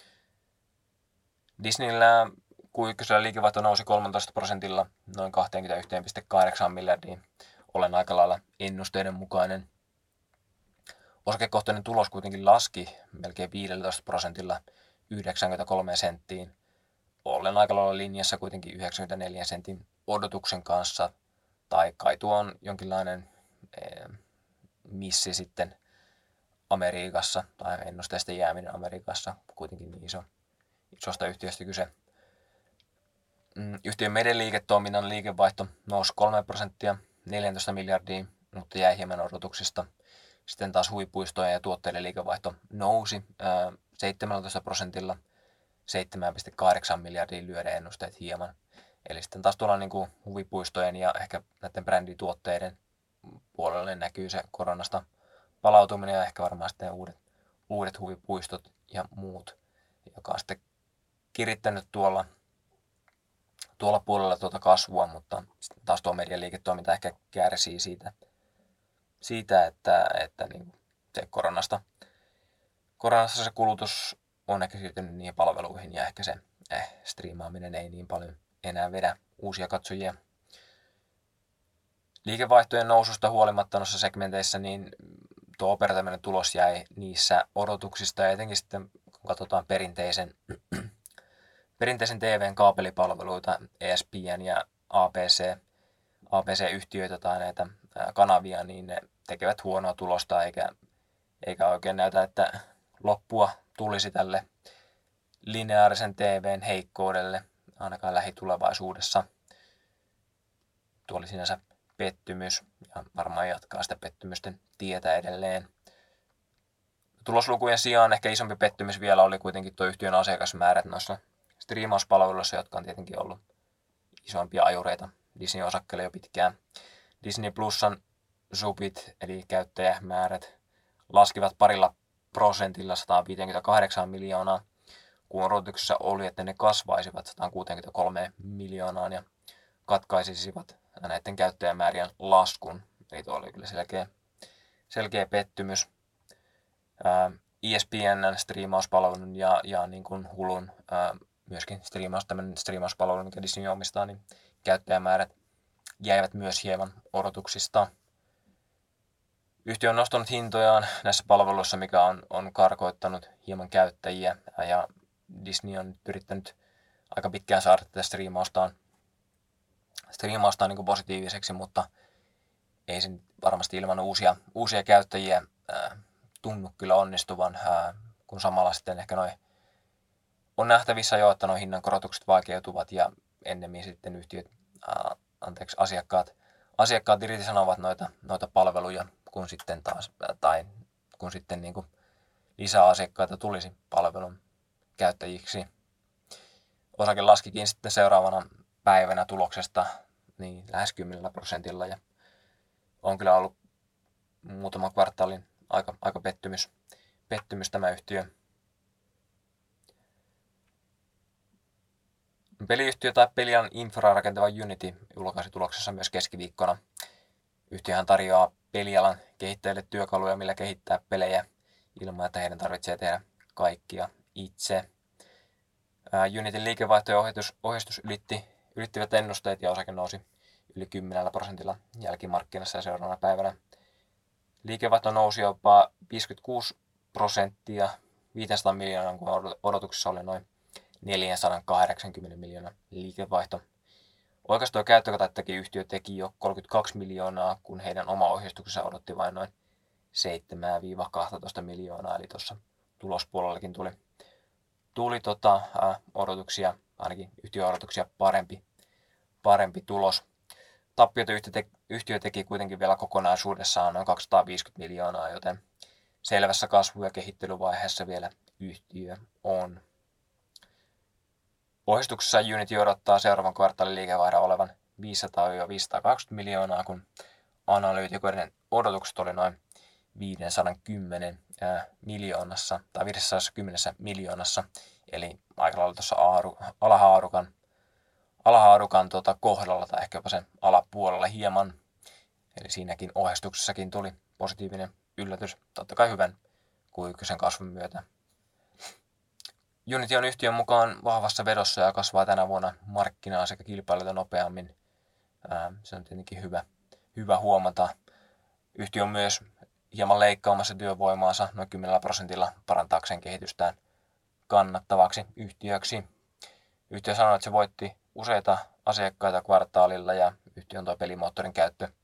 Disneyllä Q yksi liikevaihto nousi kolmetoista prosentilla noin kaksikymmentäyksi pilkku kahdeksan miljardiin, ollen aika lailla ennusteiden mukainen. Osakekohtainen tulos kuitenkin laski melkein viisitoista prosentilla yhdeksänkymmentäkolme senttiin, ollen aika lailla linjassa kuitenkin yhdeksänkymmentäneljä sentin odotuksen kanssa, tai kai tuo on jonkinlainen missi sitten Amerikassa, tai ennusteista jääminen Amerikassa, kuitenkin niin iso, isosta yhtiöstä kyse. Yhtiön meidän liiketoiminnan liikevaihto nousi kolme prosenttia neljätoista miljardia, mutta jäi hieman odotuksista. Sitten taas huvipuistojen ja tuotteiden liikevaihto nousi ää, seitsemäntoista prosentilla seitsemän pilkku kahdeksan miljardia lyöden ennusteet hieman. Eli sitten taas tuolla niin kuin huvipuistojen ja ehkä näiden brändituotteiden puolelle näkyy se koronasta palautuminen ja ehkä varmaan sitten uudet, uudet huvipuistot ja muut, joka on sitten kirittänyt tuolla, tuolla puolella tuota kasvua, mutta sitten taas tuo median liiketoiminta ehkä kärsii siitä, siitä että, että niin se koronasta, koronasta se kulutus on ehkä siirtynyt niihin palveluihin ja ehkä se eh, striimaaminen ei niin paljon enää vedä uusia katsojia. Liikevaihtojen noususta huolimatta noissa segmenteissä, niin tuo operatiivinen tulos jäi niissä odotuksista ja etenkin sitten kun katsotaan perinteisen, perinteisen T V:n kaapelipalveluita, E S P N ja A B C, A B C-yhtiöitä tai näitä kanavia, niin ne tekevät huonoa tulosta eikä, eikä oikein näytä, että loppua tulisi tälle lineaarisen T V:n heikkoudelle ainakaan lähitulevaisuudessa. Tuo oli sinänsä pettymys ja varmaan jatkaa sitä pettymysten tietä edelleen. Tuloslukujen sijaan ehkä isompi pettymys vielä oli kuitenkin tuo yhtiön asiakasmäärät noissa striimauspalveluissa, jotka on tietenkin ollut isompia ajureita Disney-osakkeille jo pitkään. Disney Plusan subit eli käyttäjämäärät laskivat parilla prosentilla sata viisikymmentäkahdeksan miljoonaa, kun odotuksessa oli, että ne kasvaisivat sata kuusikymmentäkolme miljoonaan ja katkaisisivat näiden käyttäjämäärien laskun. Eli tuo oli kyllä selkeä, selkeä pettymys. Ää, E S P N:n striimauspalvelun ja, ja niin kuin Hulun ää, myöskin striimaus, tämmöinen striimauspalvelu, mikä Disney omistaa, niin käyttäjämäärät jäivät myös hieman odotuksista. Yhtiö on nostanut hintojaan näissä palveluissa, mikä on, on karkoittanut hieman käyttäjiä, ja Disney on yrittänyt aika pitkään saada tätä striimaustaan, striimaustaan niin kuin positiiviseksi, mutta ei sen varmasti ilman uusia, uusia käyttäjiä ää, tunnu kyllä onnistuvan, ää, kun samalla sitten ehkä noi on nähtävissä jo, että nuo hinnankorotukset vaikeutuvat ja ennemmin sitten yhtiöt, ää, anteeksi, asiakkaat, asiakkaat irtisanovat noita, noita palveluja, kun sitten taas, tai kun sitten niin kuin lisää asiakkaita tulisi palvelun käyttäjiksi. Osake laskikin sitten seuraavana päivänä tuloksesta niin lähes kymmenellä prosentilla ja on kyllä ollut muutama kvartaalin aika, aika pettymys, pettymys tämä yhtiö. Peliyhtiö tai pelialan infraa rakentava Unity julkaisi tuloksessa myös keskiviikkona. Yhtiöhän tarjoaa pelialan kehittäjille työkaluja, millä kehittää pelejä ilman, että heidän tarvitsee tehdä kaikkia itse. Unityn liikevaihto ja ohjeistus, ohjeistus ylitti, ylittivät ennusteet ja osake nousi yli kymmenellä prosentilla jälkimarkkinassa ja seuraavana päivänä. Liikevaihto nousi jopa viisikymmentäkuusi prosenttia viisisataa miljoonaa, kun odotuksessa oli noin neljäsataakahdeksankymmentä miljoonaa liikevaihto. Oikaistu- ja käyttökatettakin yhtiö teki jo kolmekymmentäkaksi miljoonaa, kun heidän oma ohjeistuksensa odotti vain noin seitsemän kaksitoista miljoonaa, eli tuossa tulospuolellakin tuli, tuli tota, ää, odotuksia, ainakin yhtiöodotuksia parempi, parempi tulos. Tappiota yhtiö, te, yhtiö teki kuitenkin vielä kokonaisuudessaan noin kaksisataaviisikymmentä miljoonaa, joten selvässä kasvu- ja kehittelyvaiheessa vielä yhtiö on. Ohjeistuksessa Unity odottaa seuraavan kvartaalin liikevaihdon olevan viisisataa viisisataakaksikymmentä miljoonaa, kun analyytikoiden odotukset oli noin viisisataakymmenen miljoonassa tai viisisataakymmentä miljoonassa, eli aika lailla tuossa alahaarukan, alahaarukan tuota kohdalla tai ehkä jopa sen alapuolella hieman. Eli siinäkin ohjeistuksessakin tuli positiivinen yllätys, totta kai hyvän kuin ykkösen kasvun myötä. Unity on yhtiön mukaan vahvassa vedossa ja kasvaa tänä vuonna markkinaa sekä kilpailijoita nopeammin. Se on tietenkin hyvä, hyvä huomata. Yhtiö on myös hieman leikkaamassa työvoimaansa noin kymmenellä prosentilla parantaakseen kehitystään kannattavaksi yhtiöksi. Yhtiö sanoi, että se voitti useita asiakkaita kvartaalilla ja yhtiön tuo pelimoottorin käyttö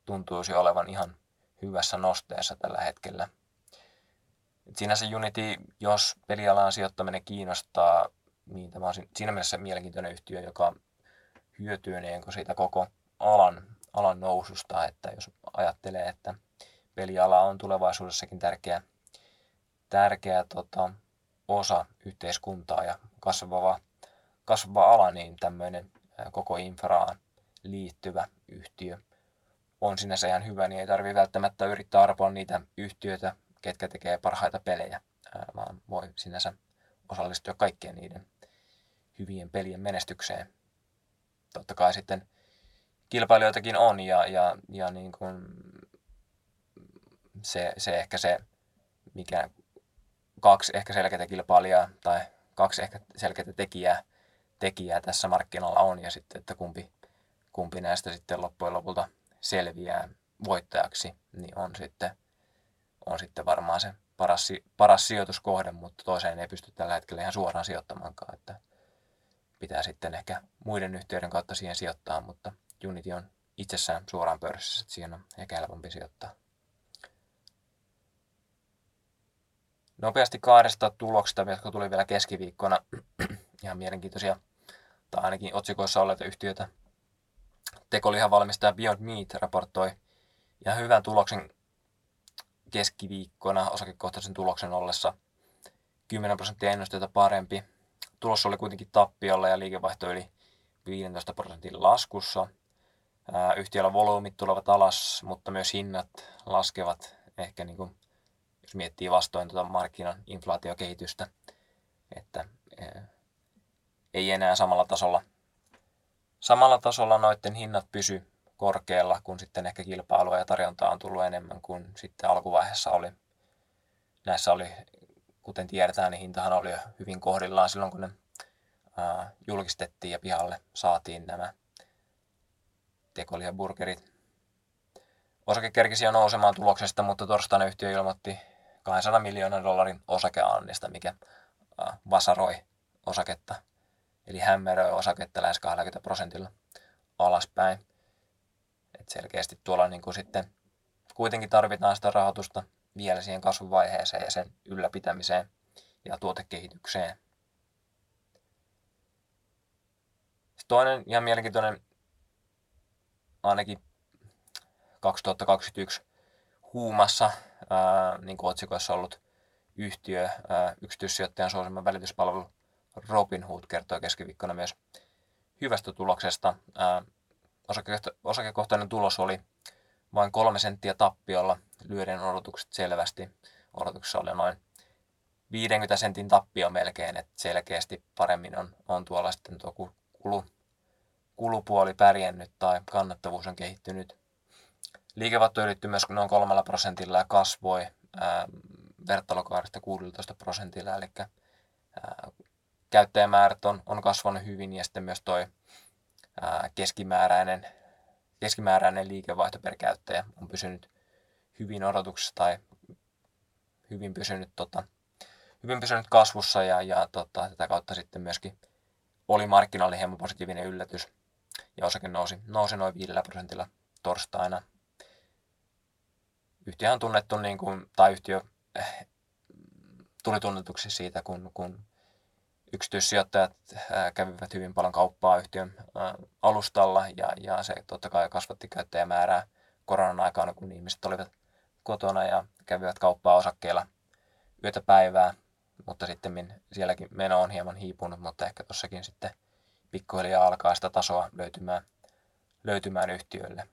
tuntuisi olevan ihan hyvässä nosteessa tällä hetkellä. Et sinänsä Unity, jos pelialan sijoittaminen kiinnostaa, niin tämä on siinä mielessä mielenkiintoinen yhtiö, joka hyötyy niin siitä koko alan, alan noususta, että jos ajattelee, että peliala on tulevaisuudessakin tärkeä, tärkeä tota, osa yhteiskuntaa ja kasvava, kasvava ala, niin tämmöinen koko infraan liittyvä yhtiö on sinänsä ihan hyvä, niin ei tarvitse välttämättä yrittää arpoa niitä yhtiöitä, ketkä tekee parhaita pelejä, vaan voi sinänsä osallistua kaikkien niiden hyvien pelien menestykseen. Totta kai sitten kilpailijoitakin on ja, ja, ja niin kuin se, se ehkä se, mikä kaksi ehkä selkeää kilpailijaa tai kaksi ehkä selkeää tekijää, tekijää tässä markkinoilla on ja sitten, että kumpi, kumpi näistä sitten loppujen lopulta selviää voittajaksi, niin on sitten, on sitten varmaan se paras, paras sijoituskohde, mutta toiseen ei pysty tällä hetkellä ihan suoraan sijoittamaankaan, että pitää sitten ehkä muiden yhtiöiden kautta siihen sijoittaa, mutta Unity on itsessään suoraan pörssissä, että siihen on ehkä helpompi sijoittaa. Nopeasti kahdesta tuloksesta, jotka tuli vielä keskiviikkona, ihan mielenkiintoisia, tai ainakin otsikoissa olleita yhtiöitä. Tekolihan valmistaja Beyond Meat raportoi ihan hyvän tuloksen keskiviikkona osakekohtaisen tuloksen ollessa kymmenen prosenttia ennusteita parempi. Tulos oli kuitenkin tappiolla ja liikevaihto yli viisitoista prosentin laskussa. Yhtiöllä volyymit tulevat alas, mutta myös hinnat laskevat ehkä niin kuin, jos miettii vastoin tuota markkinan inflaatiokehitystä, että ei enää samalla tasolla, samalla tasolla noiden hinnat pysy korkealla, kun sitten ehkä kilpailua ja tarjontaa on tullut enemmän kuin sitten alkuvaiheessa oli. Näissä oli, kuten tiedetään, niin hintahan oli jo hyvin kohdillaan silloin, kun ne ää, julkistettiin ja pihalle saatiin nämä tekolihaburgerit. Osake kerkisi jo nousemaan tuloksesta, mutta torstaina yhtiö ilmoitti kahdensadan miljoonan dollarin osakeannista, mikä ää, vasaroi osaketta, eli hämmeröi osaketta lähes kaksikymmentä prosentilla alaspäin. Et selkeästi tuolla niin kuin sitten kuitenkin tarvitaan sitä rahoitusta vielä siihen kasvuvaiheeseen ja sen ylläpitämiseen ja tuotekehitykseen. Sitten toinen ihan mielenkiintoinen, ainakin kaksituhattakaksikymmentäyksi huumassa, ää, niin kuin otsikoissa ollut yhtiö, ää, yksityissijoittajan suosima välityspalvelu Robinhood kertoi keskiviikkona myös hyvästä tuloksesta. Ää, Osakekohtainen tulos oli vain kolme senttiä tappiolla, lyöden odotukset selvästi. Odotuksessa oli noin viidenkymmenen sentin tappio melkein, että selkeästi paremmin on, on tuolla sitten tuo kulu, kulupuoli pärjännyt tai kannattavuus on kehittynyt. Liikevaihto ylittyi myös noin kolmella prosentilla ja kasvoi ää, vertailukaudesta kuusitoista prosentilla, eli ää, käyttäjämäärät on, on kasvanut hyvin ja sitten myös toi ää, keskimääräinen, keskimääräinen liikevaihto per käyttäjä on pysynyt hyvin odotuksessa tai hyvin pysynyt, tota, hyvin pysynyt kasvussa ja, ja tota, tätä kautta sitten myöskin oli markkinoille hieman positiivinen yllätys ja osake nousi, nousi noin viidellä prosentilla torstaina. Yhtiö on tunnettu, niin kuin, tai yhtiö äh, tuli tunnetuksi siitä, kun, kun yksityissijoittajat äh, kävivät hyvin paljon kauppaa yhtiön äh, alustalla ja, ja se totta kai kasvatti käyttäjämäärää koronan aikana, kun ihmiset olivat kotona ja kävivät kauppaa osakkeilla yötä päivää, mutta sitten sielläkin meno on hieman hiipunut, mutta ehkä tossakin sitten pikkuhiljaa alkaa sitä tasoa löytymään, löytymään yhtiöille.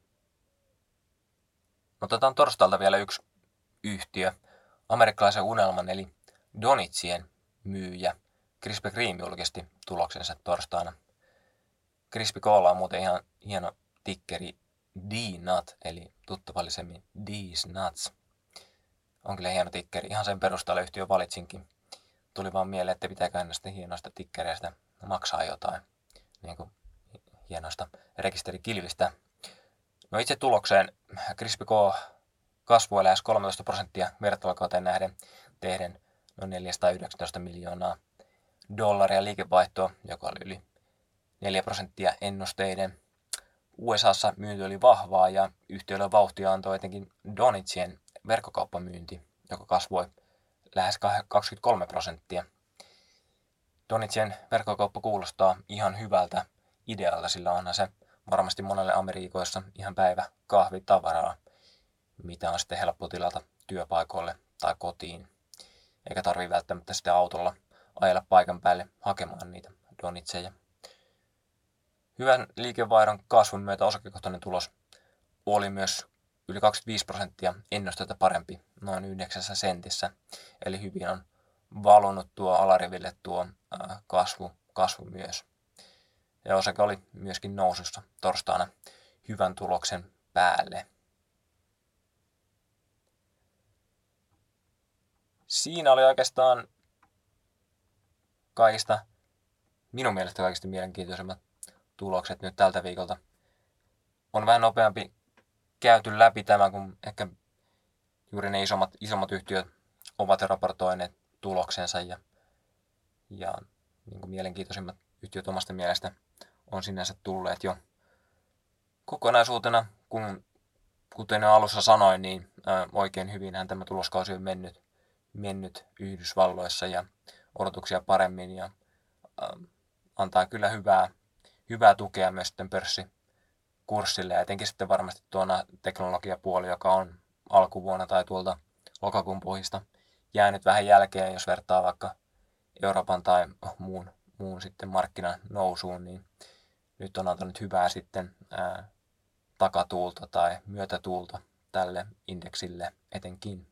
Otetaan torstalta vielä yksi yhtiö, amerikkalaisen unelman eli Donitsien myyjä Krispy Kreme julkisti tuloksensa torstaina. Krispy Kremella on muuten ihan hieno tikkeri D-Nut, eli tuttavallisemmin D's Nuts. On kyllä hieno tikkeri. Ihan sen perusteella yhtiö valitsinkin. Tuli vaan mieleen, että pitääkö näistä hienoista tikkereistä maksaa jotain. Niin kuin hienoista rekisterikilvistä. No itse tulokseen Krispy Kreme kasvoi lähes kolmetoista prosenttia vertailukauteen nähden tehden noin neljäsataayhdeksäntoista miljoonaa dollaria liikevaihtoa, joka oli yli neljä prosenttia ennusteiden. U S A:ssa myynti oli vahvaa ja yhtiölle vauhtia antoi etenkin Donitsien verkkokauppamyynti, joka kasvoi lähes kaksikymmentäkolme prosenttia. Donitsien verkkokauppa kuulostaa ihan hyvältä idealta, sillä onhan se varmasti monelle Amerikoissa ihan päivä kahvitavaraa, mitä on sitten helppo tilata työpaikoille tai kotiin. Eikä tarvitse välttämättä sitten autolla ajella paikan päälle hakemaan niitä donitseja. Hyvän liikevaihdon kasvun myötä osakekohtainen tulos oli myös yli kaksikymmentäviisi prosenttia ennustetta parempi noin yhdeksässä sentissä. Eli hyvin on valunut tuo alariville tuo kasvu, kasvu myös. Ja osake oli myöskin nousussa torstaina hyvän tuloksen päälle. Siinä oli oikeastaan kaikista, minun mielestä kaikista mielenkiintoisemmat tulokset nyt tältä viikolta. On vähän nopeampi käyty läpi tämä, kun ehkä juuri ne isommat, isommat yhtiöt ovat raportoineet tuloksensa ja, ja niin kuin mielenkiintoisimmat yhtiöt omasta mielestä on sinänsä tulleet jo kokonaisuutena, kun kuten alussa sanoin, niin ää, oikein hyvinhän tämä tuloskausi on mennyt, mennyt Yhdysvalloissa ja odotuksia paremmin ja ää, antaa kyllä hyvää, hyvää tukea myös sitten pörssikurssille ja etenkin sitten varmasti tuona teknologiapuoli, joka on alkuvuonna tai tuolta lokakuun pohjista jäänyt vähän jälkeen, jos vertaa vaikka Euroopan tai muun, muun sitten markkinan nousuun, niin nyt on antanut hyvää sitten ää, takatuulta tai myötätuulta tälle indeksille etenkin.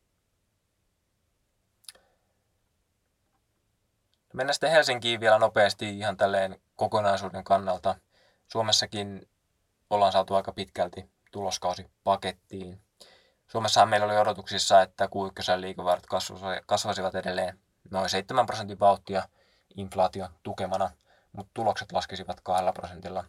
Mennään sitten Helsinkiin vielä nopeasti ihan tälleen kokonaisuuden kannalta. Suomessakin ollaan saatu aika pitkälti tuloskausi pakettiin. Suomessahan meillä oli odotuksissa, että Q yksi liikevaihdot kasvaisivat edelleen noin seitsemän prosentin vauhtia inflaation tukemana, mutta tulokset laskisivat kahdella prosentilla.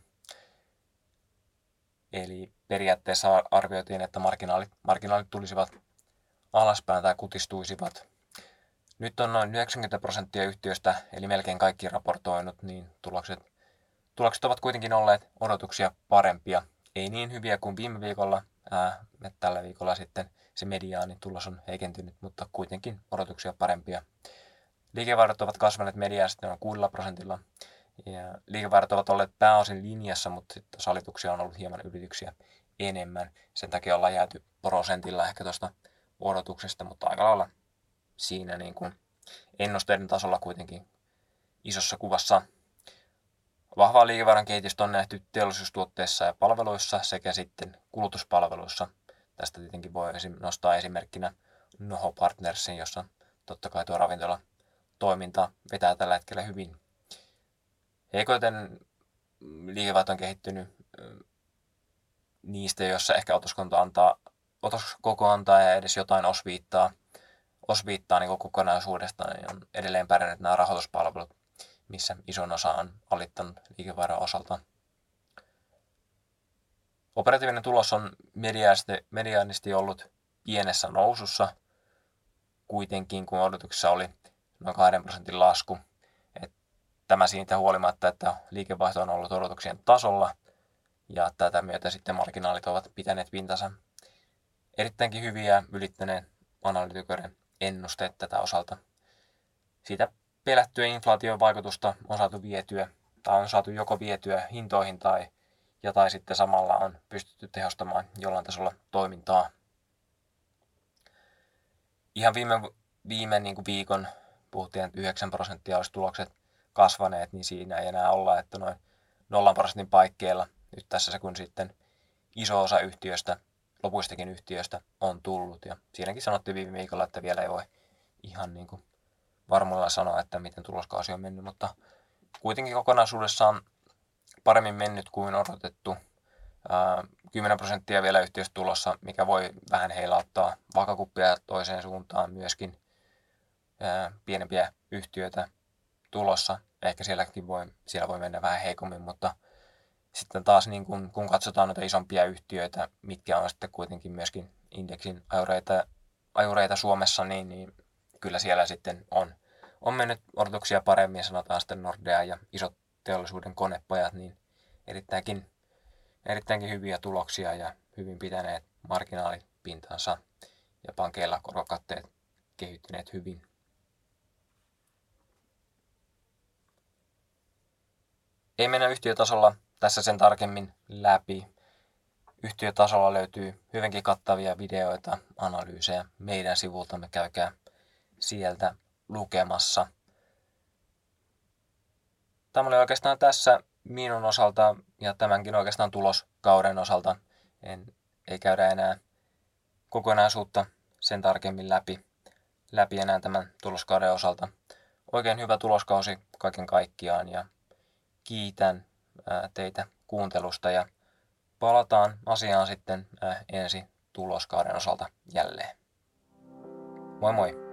Eli periaatteessa arvioitiin, että marginaalit, marginaalit tulisivat alaspäin tai kutistuisivat. Nyt on noin yhdeksänkymmentä prosenttia yhtiöistä, eli melkein kaikki raportoinut, niin tulokset, tulokset ovat kuitenkin olleet odotuksia parempia. Ei niin hyviä kuin viime viikolla, ää, tällä viikolla sitten se mediaani tulos on heikentynyt, mutta kuitenkin odotuksia parempia. Liikevaihdot ovat kasvaneet mediaisesti noin kuudella prosentilla. Ja liikevaihdot ovat olleet pääosin linjassa, mutta sitten salituksia on ollut hieman ylityksiä enemmän. Sen takia ollaan jääty prosentilla ehkä tuosta odotuksesta, mutta aika lailla siinä niin kuin ennusteiden tasolla kuitenkin isossa kuvassa. Vahvaa liikevaihdon kehitystä on nähty teollisuustuotteissa ja palveluissa sekä sitten kulutuspalveluissa. Tästä tietenkin voi nostaa esimerkkinä Noho Partnersin, jossa totta kai tuo ravintolatoiminta vetää tällä hetkellä hyvin. Heikoiten liikevaihto on kehittynyt niistä, joissa ehkä otoskonto antaa, otoskoko antaa ja edes jotain osviittaa, osviittaa niin kokonaisuudesta, niin on edelleen pärjännyt nämä rahoituspalvelut, missä ison osa on alittanut liikevaihdon osalta. Operatiivinen tulos on mediaanisti ollut pienessä nousussa, kuitenkin kun odotuksessa oli noin kahden prosentin lasku. Tämä siitä huolimatta, että liikevaihto on ollut odotuksien tasolla ja tätä myötä sitten marginaalit ovat pitäneet pintansa erittäinkin hyviä, ylittäneet analytikoiden ennusteet tätä osalta. Siitä pelättyä inflaation vaikutusta on saatu vietyä tai on saatu joko vietyä hintoihin tai ja tai sitten samalla on pystytty tehostamaan jollain tasolla toimintaa. Ihan viime, viime niin kuin viikon puhuttiin, että yhdeksän prosenttia olisi tulokset kasvaneet, niin siinä ei enää olla, että noin nollan prosentin paikkeilla nyt tässä se, kun sitten iso osa yhtiöstä, lopuistakin yhtiöistä on tullut. Ja siinäkin sanottiin viime viikolla, että vielä ei voi ihan niin kuin varmuudella sanoa, että miten tuloskausi on mennyt, mutta kuitenkin kokonaisuudessaan paremmin mennyt kuin odotettu. kymmenen prosenttia vielä yhtiöstä tulossa, mikä voi vähän heilauttaa vaakakuppia toiseen suuntaan myöskin. Ää, pienempiä yhtiöitä tulossa. Ehkä sielläkin voi, siellä voi mennä vähän heikommin, mutta sitten taas niin kun, kun katsotaan noita isompia yhtiöitä, mitkä on sitten kuitenkin myöskin indeksin ajureita, ajureita Suomessa, niin, niin kyllä siellä sitten on, on mennyt odotuksia paremmin, sanotaan sitten Nordea ja isot teollisuuden konepajat, niin erittäinkin erittäinkin hyviä tuloksia ja hyvin pitäneet marginaalipintansa ja pankeilla korokatteet kehittyneet hyvin. Ei mennä yhtiötasolla tässä sen tarkemmin läpi. Yhtiötasolla löytyy hyvinkin kattavia videoita, analyysejä meidän sivultamme, käykää sieltä lukemassa. Tämä oli oikeastaan tässä minun osalta ja tämänkin oikeastaan tuloskauden osalta. En, ei käydä enää kokonaisuutta sen tarkemmin läpi, läpi enää tämän tuloskauden osalta. Oikein hyvä tuloskausi kaiken kaikkiaan ja kiitän ää, teitä kuuntelusta ja palataan asiaan sitten ää, ensi tuloskauden osalta jälleen. Moi moi!